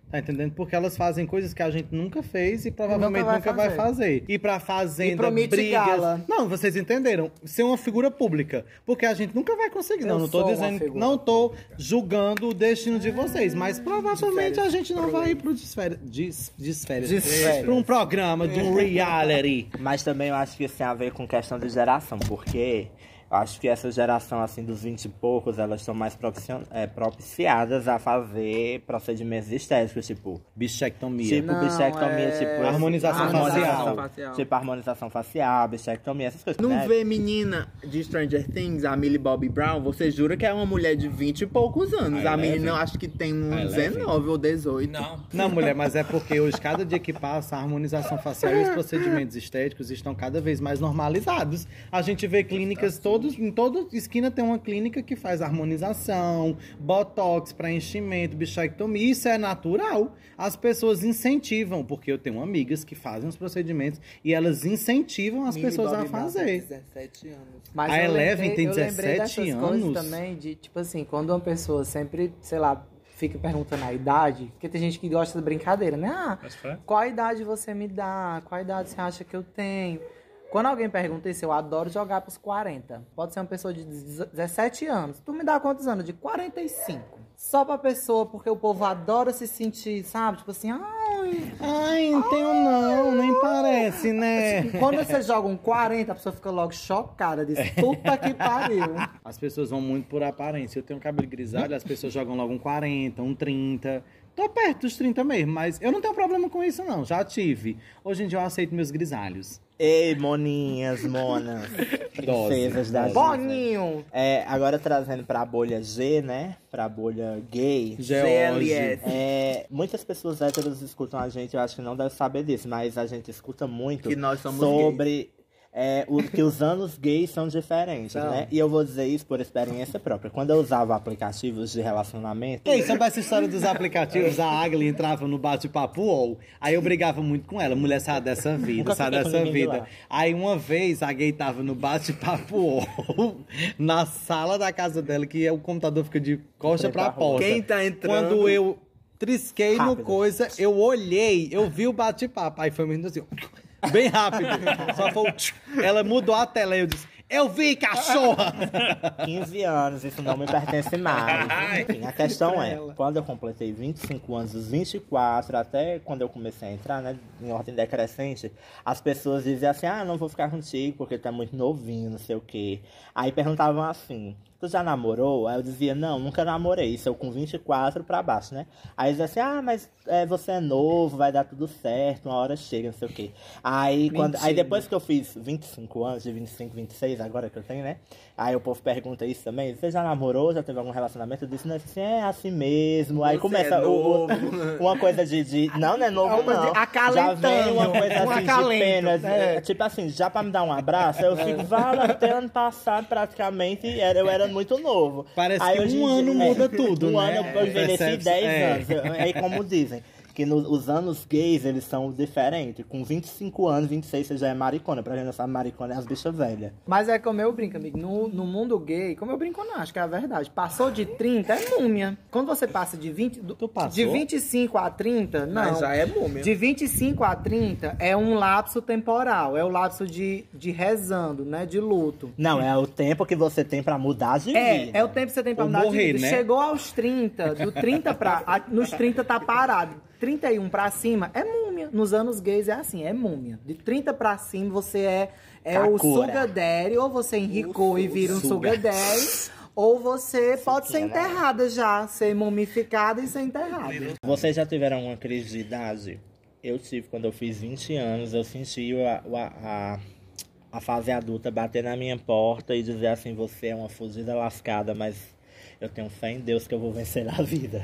Tá entendendo? Porque elas fazem coisas que a gente nunca fez e provavelmente nunca vai nunca vai fazer. fazer. Ir pra fazenda, Ir pro brigas... Mitigala. Não, vocês entenderam. Ser uma figura pública. Porque a gente nunca vai conseguir. Eu não, não tô sou uma dizendo... figura Não tô julgando o destino de vocês. Mas provavelmente a gente não vai ir pro desférias. Des, desférias. Desférias. Pra um programa de um reality. Mas também eu acho que isso tem a ver com questão de geração, porque eu acho que essa geração, assim, dos vinte e poucos, elas estão mais propicion- é, propiciadas a fazer procedimentos estéticos, tipo... Bichectomia. Tipo Não, bichectomia, é- tipo... Harmonização harmonização facial. Tipo harmonização facial, bichectomia, essas coisas. Não né? vê menina de Stranger Things, a Millie Bobby Brown? Você jura que é uma mulher de vinte e poucos anos. A A Eleven. menina, eu acho que tem A uns Eleven. dezenove ou dezoito. Não. Não, mulher, mas é porque hoje, cada dia que passa, a harmonização facial e os procedimentos estéticos estão cada vez mais normalizados. A gente vê clínicas, todos, em toda esquina tem uma clínica que faz harmonização, botox, preenchimento, bichectomia. Isso é natural. As pessoas incentivam, porque eu tenho amigas que fazem os procedimentos e elas incentivam as Millie pessoas a Bobby Brown tem fazer. dezessete anos. Mas A eu Eleven lembrei- tem eu lembrei dezessete dessas coisas anos. também de, tipo assim, quando uma pessoa sempre, sei lá, fica perguntando a idade, porque tem gente que gosta de brincadeira, né? Ah, Mas foi? qual a idade você me dá? Qual a idade você acha que eu tenho? Quando alguém pergunta isso, eu adoro jogar pros quarenta. Pode ser uma pessoa de dezessete anos. Tu me dá quantos anos? De quarenta e cinco. Só pra pessoa, porque o povo adora se sentir, sabe? Tipo assim, ai... Ai, não tenho não, nem parece, né? Quando você joga um quarenta, a pessoa fica logo chocada. Diz, puta que pariu. As pessoas vão muito por aparência. Eu tenho cabelo grisalho, as pessoas jogam logo um quarenta, um trinta. Tô perto dos trinta mesmo, mas eu não tenho problema com isso, não. Já tive. Hoje em dia eu aceito meus grisalhos. Ei, moninhas, monas, princesas da dose. Disney. Boninho! É, agora trazendo pra bolha G, né? Pra bolha gay. George. C L S. É, muitas pessoas héteros escutam a gente, eu acho que não deve saber disso, mas a gente escuta muito Que nós somos sobre é, o, que os anos gays são diferentes, São. né? E eu vou dizer isso por experiência própria. Quando eu usava aplicativos de relacionamento, Ei, sobre essa história dos aplicativos, a Agli entrava no bate-papo UOL, aí eu brigava muito com ela. Mulher, sai dessa vida, Nunca sai fiquei com dessa ninguém de vida. lá. Aí uma vez a gay tava no bate-papo UOL, na sala da casa dela, que o computador fica de costa pra porta. Quem tá entrando? Quando eu trisquei no Rápido. coisa, eu olhei, eu vi o bate-papo. Aí foi mesmo assim, ó, bem rápido. Só foi o tchu. Ela mudou a tela e eu disse, eu vi, cachorra! quinze anos, isso não me pertence mais. Enfim, a questão é, quando eu completei vinte e cinco anos, dos vinte e quatro até quando eu comecei a entrar, né, em ordem decrescente, as pessoas diziam assim, ah, não vou ficar contigo porque tu é muito novinho, não sei o quê. Aí perguntavam assim, tu já namorou? Aí eu dizia, não, nunca namorei, isso eu com vinte e quatro pra baixo, né? Aí eles diziam assim, ah, mas é, você é novo, vai dar tudo certo, uma hora chega, não sei o quê. Aí, quando, aí depois que eu fiz vinte e cinco anos, de vinte e cinco, vinte e seis, agora que eu tenho, né? Aí o povo pergunta isso também, você já namorou, já teve algum relacionamento? Eu disse, não, assim, é assim mesmo. Aí Você começa é o- o- novo. uma coisa de, de... Não, não é novo, Uma coisa não. de Já acalentando, vem uma coisa um assim de acalento, penas. é. é, Tipo assim, já pra me dar um abraço, eu fico, vale, até ano passado praticamente era, eu era muito novo. Parece Aí que hoje um em dia- ano é, muda tudo, Um né? ano eu envelheci Percebe-se, dez é. anos. Aí como dizem, que no- os anos gays, eles são diferentes. Com vinte e cinco anos, vinte e seis, você já é maricona. Pra quem não sabe, maricona é as bichas velhas. Mas é como eu brinco, amigo. No, no mundo gay, como eu brinco, não, acho que é a verdade. Passou de trinta, é múmia. Quando você passa de vinte. do- Tu passou? De vinte e cinco a trinta, não. Mas já é múmia. De vinte e cinco a trinta é um lapso temporal. É o lapso de, de rezando, né? De luto. Não, é o tempo que você tem pra mudar de É, vida. é o tempo que você tem pra Ou mudar morrer, de vida. né? Chegou aos trinta, do trinta pra. a- nos trinta tá parado. trinta e um pra cima é múmia. Nos anos gays é assim, é múmia. De trinta pra cima você é, é o Kakura. sugar daddy, ou você enricou e vira um sugar daddy, ou você pode ser né? enterrada já, ser mumificada e ser enterrada. Vocês já tiveram uma crise de idade? Eu tive quando eu fiz vinte anos, eu senti a, a, a, a fase adulta bater na minha porta e dizer assim, você é uma fugida lascada, mas eu tenho fé em Deus que eu vou vencer na vida.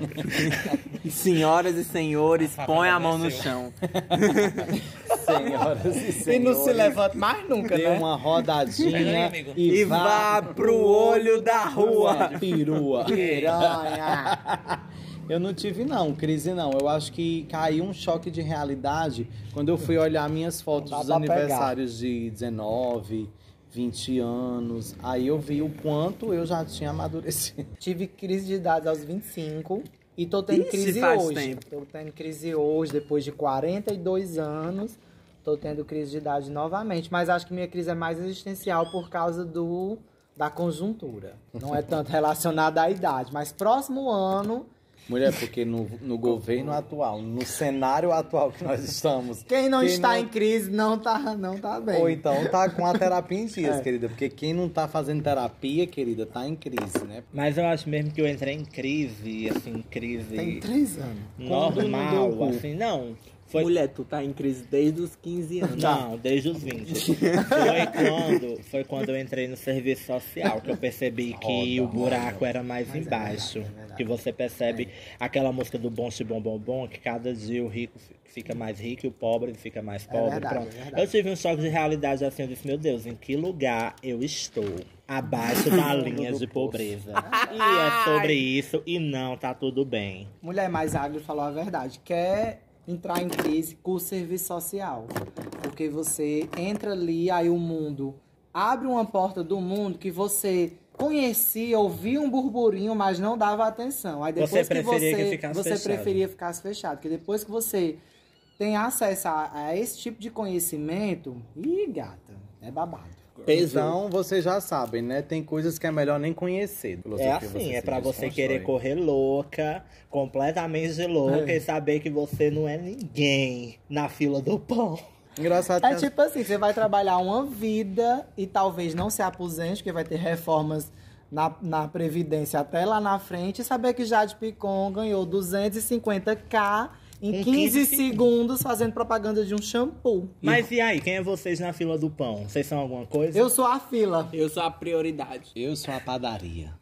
Senhoras e senhores, A põe família a mão no venceu. chão. Senhoras e E senhores. não se levanta mais nunca, Dê né? uma rodadinha Pega aí, amigo. e, E vá pro olho da rua. Perua. Piranha. Eu não tive, não, crise não. Eu acho que caiu um choque de realidade quando eu fui olhar minhas fotos Dá dos pra pegar. aniversários de dezenove, vinte anos. Aí eu vi o quanto eu já tinha amadurecido. Tive crise de idade aos vinte e cinco. E tô tendo Ixi, crise faz hoje. tempo. Tô tendo crise hoje, depois de quarenta e dois anos. Tô tendo crise hoje, depois de quarenta e dois anos. Tô tendo crise de idade novamente. Mas acho que minha crise é mais existencial por causa do, da conjuntura. Não é tanto relacionada à idade. Mas próximo ano... Mulher, porque no, no governo atual, no cenário atual que nós estamos... Quem não quem está não- em crise não tá, não tá bem. Ou então tá com a terapia em dias, É. querida. Porque quem não tá fazendo terapia, querida, tá em crise, né? Mas eu acho mesmo que eu entrei em crise, assim, crise Tem três anos. Quando não deu normal, cu. assim, não. Foi... Mulher, tu tá em crise desde os quinze anos. Não, desde os vinte. Foi quando, foi quando eu entrei no serviço social que eu percebi que Roda, o buraco era mais Mas é embaixo. verdade, é verdade. Que você percebe aquela música do Bom Bom Bom Bom, que cada dia o rico fi- fica mais rico e o pobre fica mais pobre. verdade, Pronto. é verdade. Eu tive um choque de realidade assim, eu disse, meu Deus, em que lugar eu estou? Abaixo da linha de pobreza. E é sobre isso e não tá tudo bem. Mulher mais Agli falou a verdade. Quer entrar em crise com o serviço social. Porque você entra ali, aí o mundo abre uma porta do mundo que você conhecia, ouvia um burburinho, mas não dava atenção. Aí depois Você que preferia você, que ficasse você fechado. preferia ficar fechado. Porque depois que você tem acesso a, a esse tipo de conhecimento, ih, gata, é babado. Então, vocês já sabem, né? Tem coisas que é melhor nem conhecer. É Filosofia, assim, você é se pra você desconstrói. querer correr louca, completamente louca, É. e saber que você não é ninguém na fila do pão. Engraçado É que as- tipo assim, você vai trabalhar uma vida e talvez não se aposente, porque vai ter reformas na, na Previdência até lá na frente, e saber que Jade Picon ganhou duzentos e cinquenta mil em Com quinze quinze segundos fazendo propaganda de um shampoo. Mas e aí, quem é vocês na fila do pão? Vocês são alguma coisa? Eu sou a fila. Eu sou a prioridade. Eu sou a padaria.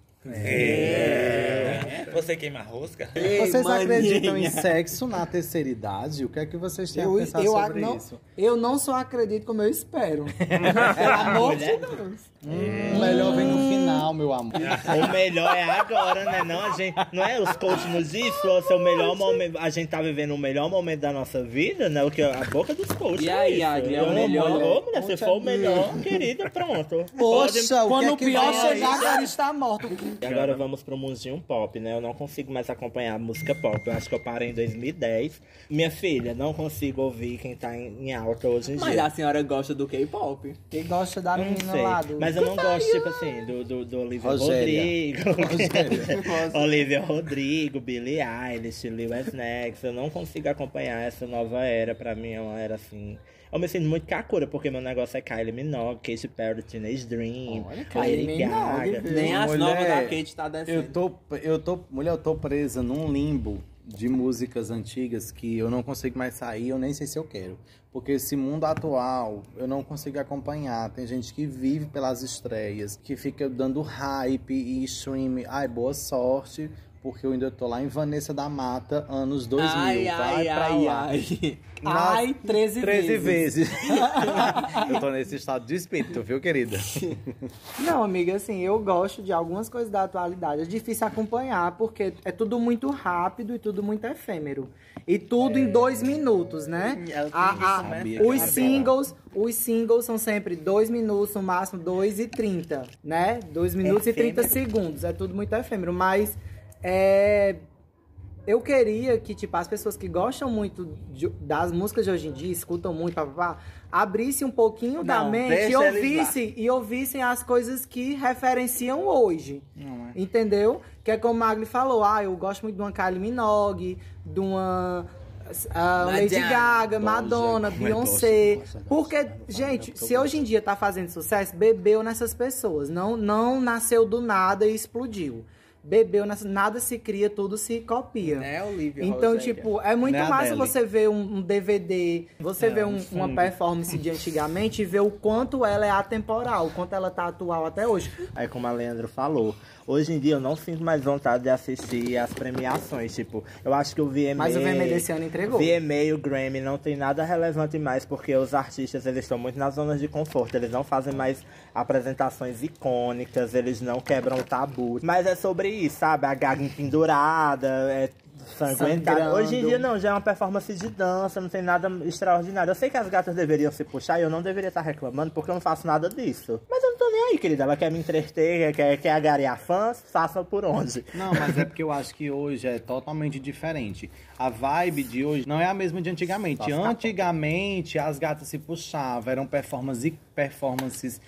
É. Você queima rosca? Vocês maninha. acreditam em sexo na terceira idade? O que é que vocês têm Eu, a pensar eu, sobre não, isso? eu não só acredito como eu espero. Pelo amor de Deus. Hum, melhor vem no final, meu amor. O melhor é agora, né? Não, a gente, não é os coaches nos dizem, é o melhor momento. A gente tá vivendo o melhor momento da nossa vida, né? O que a boca dos coaches. E é aí, isso. Agli, é o Eu, melhor? Ô, mulher, se Poxa for o vida. melhor, querida, pronto. Poxa, o Quando que é o que pior vem aí? chegar, agora está morto. E agora vamos pro mundinho pop, né? Eu não consigo mais acompanhar a música pop. Eu acho que eu parei em dois mil e dez. Minha filha, não consigo ouvir quem tá em, em alta hoje em Mas dia. a senhora gosta do K-pop. Quem gosta da Não menina sei. lá do... Mas eu não gosto, tipo assim, do, do, do Olivia Rogéria. Rodrigo. Olivia Rodrigo, Billie Eilish, Lil X. Eu não consigo acompanhar essa nova era. Pra mim é uma era assim. Eu me sinto muito Kakura, porque meu negócio é Kylie Minogue, Katy Perry, Teenage Dream, Olha, Kylie Lady Minogue, Gaga. viu? Nem as Mulher, novas da Kate tá descendo. Eu tô, eu tô, mulher, eu tô presa num limbo de músicas antigas que eu não consigo mais sair, eu nem sei se eu quero. Porque esse mundo atual, eu não consigo acompanhar. Tem gente que vive pelas estreias, que fica dando hype e stream. Ai, boa sorte, porque eu ainda tô lá em Vanessa da Mata, anos dois mil. Ai, Vai ai, pra ai, lá. ai. Ai, treze, treze vezes. vezes. Eu tô nesse estado de espírito, viu, querida? Não, amiga, assim, eu gosto de algumas coisas da atualidade. É difícil acompanhar, porque é tudo muito rápido e tudo muito efêmero. E tudo em dois minutos, né? Ela tem A- isso, a- né? Sabia os que era singles, os singles são sempre dois minutos, no máximo dois e trinta, né? Dois minutos e trinta segundos. É tudo muito efêmero, mas é... Eu queria que, tipo, as pessoas que gostam muito de- das músicas de hoje em dia, escutam muito, papapá, abrissem um pouquinho da Não, mente e deixa eles ouvissem, e ouvissem as coisas que referenciam hoje. Não é. Entendeu? Que é como o Magli falou, ah, eu gosto muito de uma Kylie Minogue, de uma ah, Lady Madonna. Gaga, Madonna, como é Beyoncé. doce, nossa, Porque, nossa, gente, nossa, se hoje em dia tá fazendo sucesso, bebeu nessas pessoas. Não, não nasceu do nada e explodiu. Bebeu nessa, nada se cria, tudo se copia. É, Olivia Então, Rogéria. tipo, é muito Né, massa Adele? você ver um, um D V D, você ver um- uma performance de antigamente e ver o quanto ela é atemporal, o quanto ela tá atual até hoje. Aí, como a Leandro falou, hoje em dia eu não sinto mais vontade de assistir as premiações. Tipo, eu acho que o V M A... Mas o V M A desse ano entregou. V M A e o Grammy não tem nada relevante mais, porque os artistas, eles estão muito nas zonas de conforto. Eles não fazem mais apresentações icônicas, eles não quebram tabu. Mas é sobre isso, sabe? A Gaga pendurada, é... sanguentada. Sangrando. Hoje em dia não, já é uma performance de dança, não tem nada extraordinário. Eu sei que as gatas deveriam se puxar e eu não deveria estar reclamando porque eu não faço nada disso. Mas eu não tô nem aí, querida. Ela quer me entreter, quer, quer agariar fãs, faça por onde. Não, mas é porque eu acho que hoje é totalmente diferente. A vibe de hoje não é a mesma de antigamente. Antigamente, as gatas se puxavam, eram performances, performances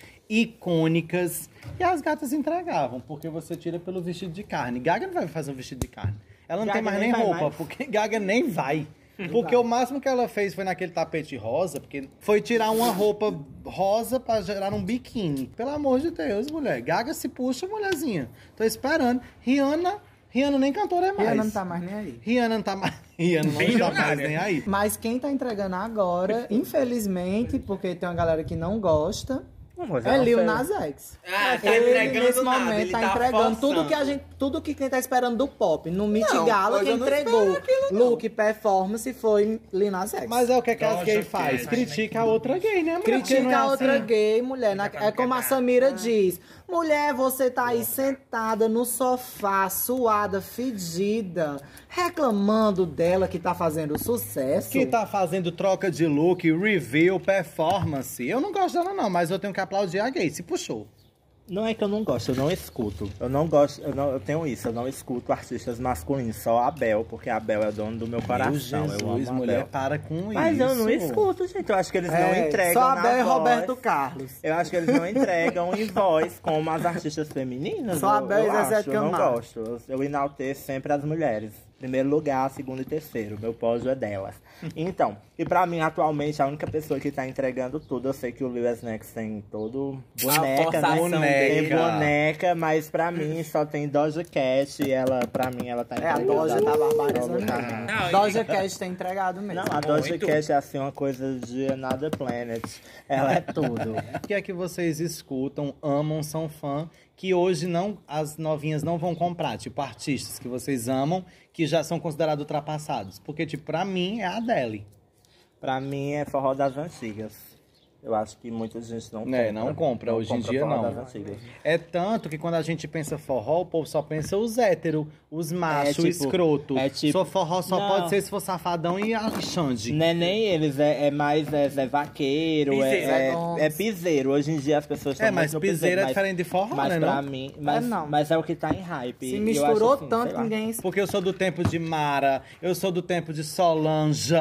icônicas e as gatas entregavam, porque você tira pelo vestido de carne. Gaga não vai fazer um vestido de carne. Ela não Gaga tem mais nem nem vai roupa, mais. porque Gaga nem vai. Porque o máximo que ela fez foi naquele tapete rosa, porque foi tirar uma roupa rosa pra gerar um biquíni. Pelo amor de Deus, mulher. Gaga se puxa, mulherzinha. Tô esperando. Rihanna, Rihanna nem cantora é mais. Rihanna não tá mais nem aí. Rihanna não tá mais, Rihanna não está mais nem aí. Mas quem tá entregando agora, infelizmente, porque tem uma galera que não gosta, Mas é ela Lil fez- Nas X. Ah, tá Ele, entregando nesse nada, momento, ele tá, tá entregando tudo forçando. que a gente, tudo que quem tá esperando do pop. No Meet Não, Gala, pois quem eu não entregou espero aquilo, não. look, performance foi Lil Nas X. Mas é o que, é que as Doja gays Cat. faz? Critica a outra gay, né, mulher? Porque não Critica é a outra assim. gay, mulher. Na- é como a Samira diz. Mulher, você tá aí sentada no sofá, suada, fedida, reclamando dela que tá fazendo sucesso. Que tá fazendo troca de look, review, performance. Eu não gosto dela não, mas eu tenho que aplaudir a gay. Se puxou. Não é que eu não gosto, eu não escuto. Eu não gosto, eu, não, eu tenho isso, eu não escuto artistas masculinos, só a Bel, porque a Bel é dono do meu coração. Meu eu amo Jesus, a mulher, Bel. para com Mas isso. eu não escuto, gente. Eu acho que eles não É, entregam só a na Bel e voz. Roberto Carlos. Eu acho que eles não entregam em voz como as artistas femininas. Só a eu, Bel e eu Zezé acho, de eu não Camargo. gosto. Eu, eu enalteço sempre as mulheres. Primeiro lugar, segundo e terceiro. Meu pódio é delas. Então, e pra mim, atualmente, a única pessoa que tá entregando tudo, eu sei que o Lil Nas X tem todo boneca, forçação né? Tem dele. boneca, mas pra mim só tem Doja Cat e ela, pra mim, ela tá É, a entregando Doja tá barbarizando. todo caminho. Não, e- Doja Cat tem entregado mesmo. Não, a Doja Muito. Cat é assim uma coisa de Another Planet. Ela é tudo. O que é que vocês escutam, amam, são fã, que hoje não as novinhas não vão comprar? Tipo, artistas que vocês amam, que já são considerados ultrapassados. Porque, tipo, pra mim é a Adele. Pra mim é forró das antigas. Eu acho que muita gente não compra. É, não compra, hoje em dia forró não. das antigas. É tanto que quando a gente pensa forró, o povo só pensa os héteros, os machos, tipo- escroto. é tipo- Só forró só Não. pode ser se for safadão e a Xande. Não é nem eles, é, é mais é, é vaqueiro, é, Piseiro. é, é piseiro. Hoje em dia as pessoas estão É, mas muito no piseiro é mas- diferente de forró, mas né, pra não? mim, mas, É, não. mas é o que tá em hype. Se E eu misturou acho assim, tanto sei que lá. ninguém... Porque eu sou do tempo de Mara, eu sou do tempo de Solange.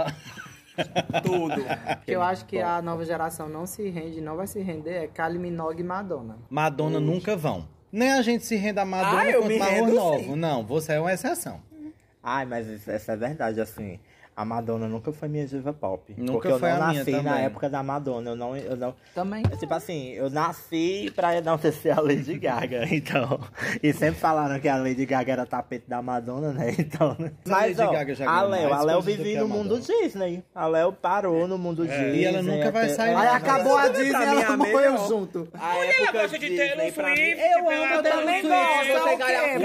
Tudo. que eu acho que a nova geração não se rende, não vai se render, é Kylie Minogue e Madonna. Madonna nunca vão. Nem a gente se rende a Madonna Ah, eu quanto me mais rendo novo. sim. Não, você é uma exceção. Ai, mas isso, essa é verdade, assim. A Madonna nunca foi minha diva pop. Nunca porque eu foi não a minha nasci na também. época da Madonna. Eu não, eu não, Também. é tipo assim, eu nasci pra enaltecer a Lady Gaga, então. E sempre falaram que a Lady Gaga era tapete da Madonna, né? Então. Mas a Mas, Lady ó, Gaga já a ganhou Léo, mais a Léo coisas do vivia que a no mundo Madonna. Disney. A Léo parou no mundo Disney. E ela nunca vai até- sair ela- Aí Aí acabou a Pra Disney, mim, ela a morreu melhor. junto. A Mulher, época ela gosta de Disney, Taylor pra mim, Swift, eu pela amo Taylor Taylor Swift. Swift. Você Gosta, galera,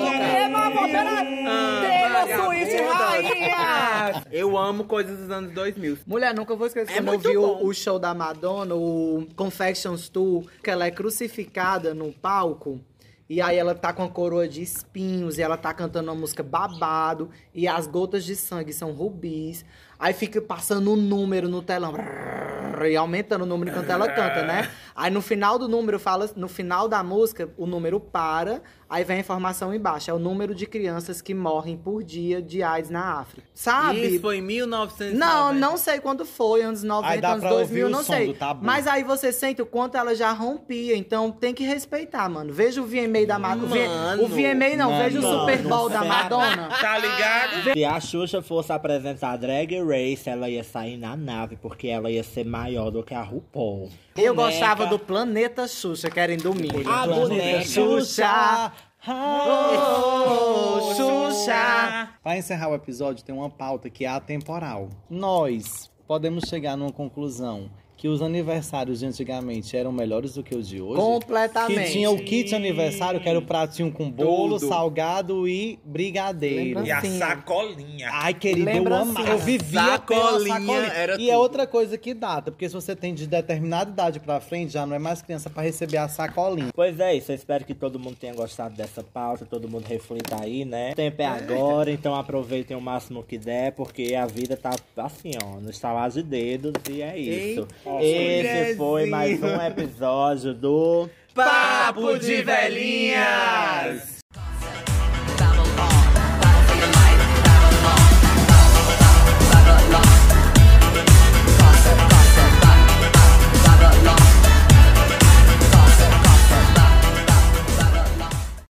Taylor Swift, rainha! Eu amo coisas dos anos dois mil. Mulher, nunca vou esquecer É quando eu muito vi o, bom. o show da Madonna, o Confections Tour, que ela é crucificada no palco. E aí ela tá com a coroa de espinhos, e ela tá cantando uma música babado, e as gotas de sangue são rubis. Aí fica passando um número no telão, e aumentando o número enquanto ela canta, né? Aí no final do número, fala, no final da música, o número para, aí vem a informação embaixo. É o número de crianças que morrem por dia de AIDS na África. Sabe? Isso foi em mil e novecentos e Não, noventa. não sei quando foi, anos Aí noventa, dá anos pra dois mil, ouvir o não som sei. do tabu. Mas aí você sente o quanto ela já rompia, então tem que respeitar, mano. Veja o V M A da Madonna. Mano, O V M A não, mano, veja o Super Bowl da sério. Madonna. Tá ligado? Se a Xuxa fosse apresentar Drag Race, ela ia sair na nave, porque ela ia ser maior do que a RuPaul. Eu Boneca. gostava do Planeta Xuxa, que era em domingo. A boneca. Xuxa! Oh, Xuxa! Para encerrar o episódio, tem uma pauta que é atemporal. Nós podemos chegar numa conclusão que os aniversários de antigamente eram melhores do que os de hoje. Completamente. Que tinha o kit aniversário, que era o pratinho com bolo, Tudo. salgado e brigadeiro. Lembra- E a Sim. sacolinha. Ai, querido, eu Lembra amava. assim, Eu a vivia pela sacolinha sacolinha. era E é tudo. outra coisa que data, porque se você tem de determinada idade pra frente, já não é mais criança pra receber a sacolinha. Pois é isso, eu espero que todo mundo tenha gostado dessa pauta, todo mundo reflita aí, né? O tempo é agora, então aproveitem o máximo que der, porque a vida tá assim, ó, no estalar de dedos, e é isso. Ei, Esse foi mais um episódio do Papo de Velhinhas!